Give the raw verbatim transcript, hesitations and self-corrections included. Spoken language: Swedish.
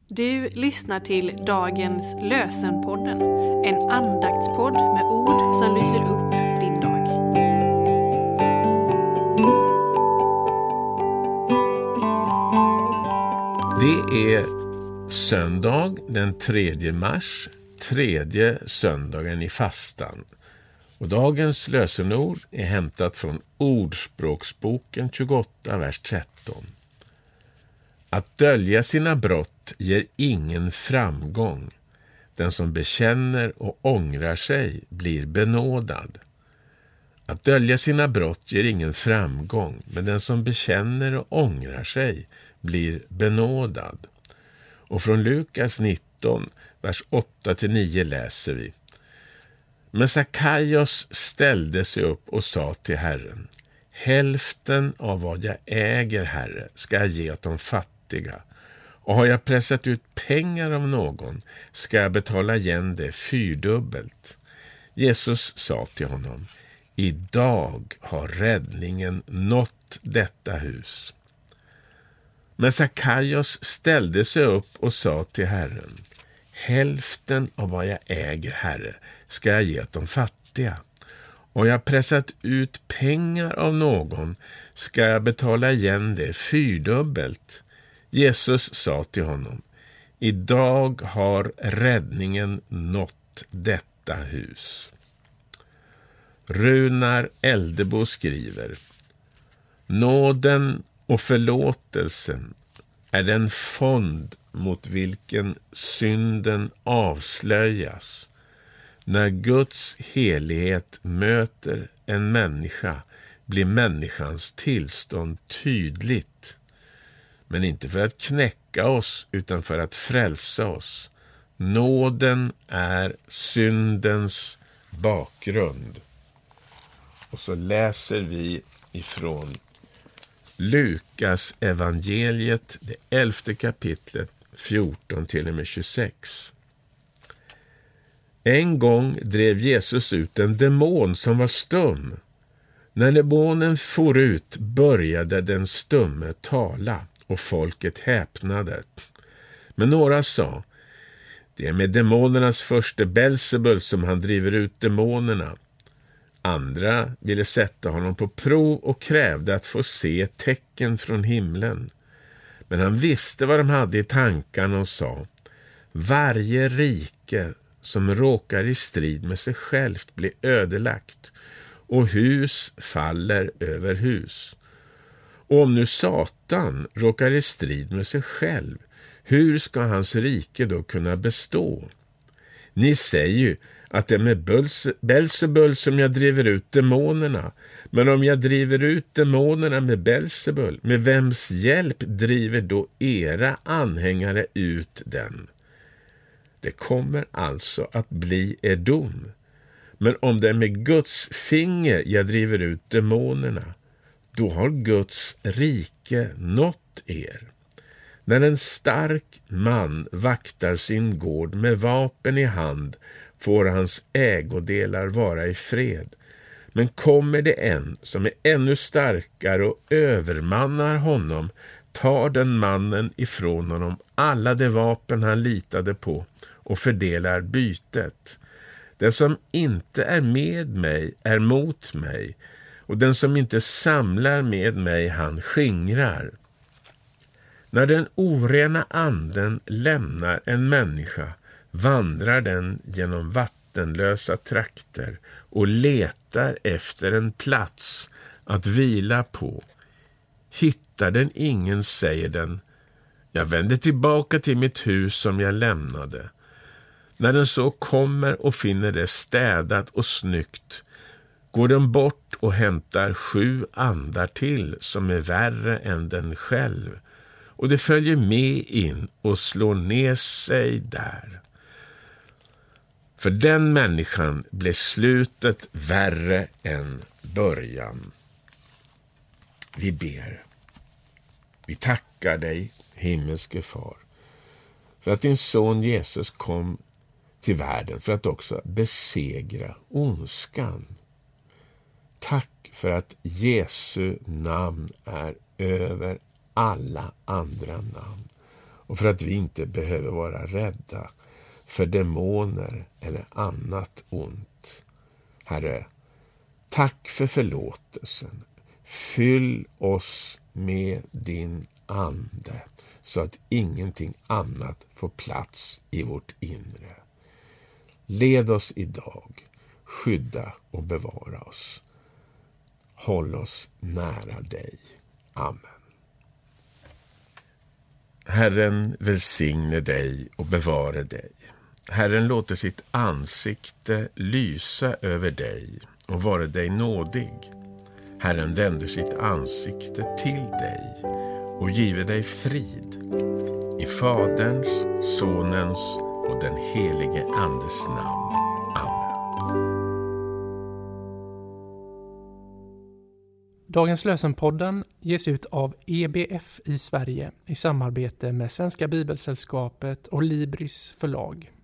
Du lyssnar till dagens Lösenpodden, en andaktspodd med ord som lyser upp din dag. Det är söndag den tredje mars, tredje söndagen i fastan. Och dagens lösenord är hämtat från Ordspråksboken tjugoåtta, vers tretton. Att dölja sina brott ger ingen framgång. Den som bekänner och ångrar sig blir benådad. Att dölja sina brott ger ingen framgång, men den som bekänner och ångrar sig blir benådad. Och från Lukas nitton, vers åtta till nio läser vi: Men Sackaios ställde sig upp och sa till Herren: Hälften av vad jag äger, Herre, ska jag ge åt de fattiga. Och har jag pressat ut pengar av någon, ska jag betala igen det fyrdubbelt. Jesus sa till honom: Idag har räddningen nått detta hus. Men Sackaios ställde sig upp och sa till Herren: Hälften av vad jag äger, Herre, ska jag ge åt de fattiga. Och jag har pressat ut pengar av någon, ska jag betala igen det fyrdubbelt. Jesus sa till honom: Idag har räddningen nått detta hus. Runar Eldebo skriver: Nåden och förlåtelsen är den fond mot vilken synden avslöjas. När Guds helighet möter en människa blir människans tillstånd tydligt. Men inte för att knäcka oss utan för att frälsa oss. Nåden är syndens bakgrund. Och så läser vi ifrån Lukas evangeliet, det elfte kapitlet, fjorton till och med tjugosex. En gång drev Jesus ut en demon som var stum. När demonen for ut började den stumme tala, och folket häpnade. Men några sa: Det är med demonernas förste Belzebul som han driver ut demonerna. Andra ville sätta honom på prov och krävde att få se tecken från himlen. Men han visste vad de hade i tankarna och sa: Varje rike som råkar i strid med sig självt blir ödelagt, och hus faller över hus. Och om nu Satan råkar i strid med sig själv, hur ska hans rike då kunna bestå? Ni säger ju att det är med Belzebul som jag driver ut demonerna. Men om jag driver ut demonerna med Belzebul, med vems hjälp driver då era anhängare ut den? Det kommer alltså att bli er dom. Men om det är med Guds finger jag driver ut demonerna, då har Guds rike nått er. När en stark man vaktar sin gård med vapen i hand, får hans ägodelar vara i fred. Men kommer det en som är ännu starkare och övermannar honom, tar den mannen ifrån honom alla de vapen han litade på och fördelar bytet. Den som inte är med mig är mot mig, och den som inte samlar med mig han skingrar. När den orena anden lämnar en människa vandrar den genom vattenlösa trakter och letar efter en plats att vila på. Hittar den ingen, säger den: Jag vänder tillbaka till mitt hus som jag lämnade. När den så kommer och finner det städat och snyggt, går den bort och hämtar sju andar till som är värre än den själv, och det följer med in och slår ner sig där. För den människan blev slutet värre än början. Vi ber. Vi tackar dig, himmelske far, för att din son Jesus kom till världen för att också besegra ondskan. Tack för att Jesu namn är över alla andra namn. och för att vi inte behöver vara rädda för demoner eller annat ont. Herre, tack för förlåtelsen. Fyll oss med din ande så att ingenting annat får plats i vårt inre. Led oss idag, skydda och bevara oss. Håll oss nära dig. Amen. Herren välsigne dig och bevare dig. Herren låter sitt ansikte lysa över dig och vara dig nådig. Herren vänder sitt ansikte till dig och giver dig frid. I Faderns, Sonens och den helige Andes namn. Amen. Dagens lösenpodden ges ut av E B F i Sverige i samarbete med Svenska Bibelsällskapet och Libris förlag.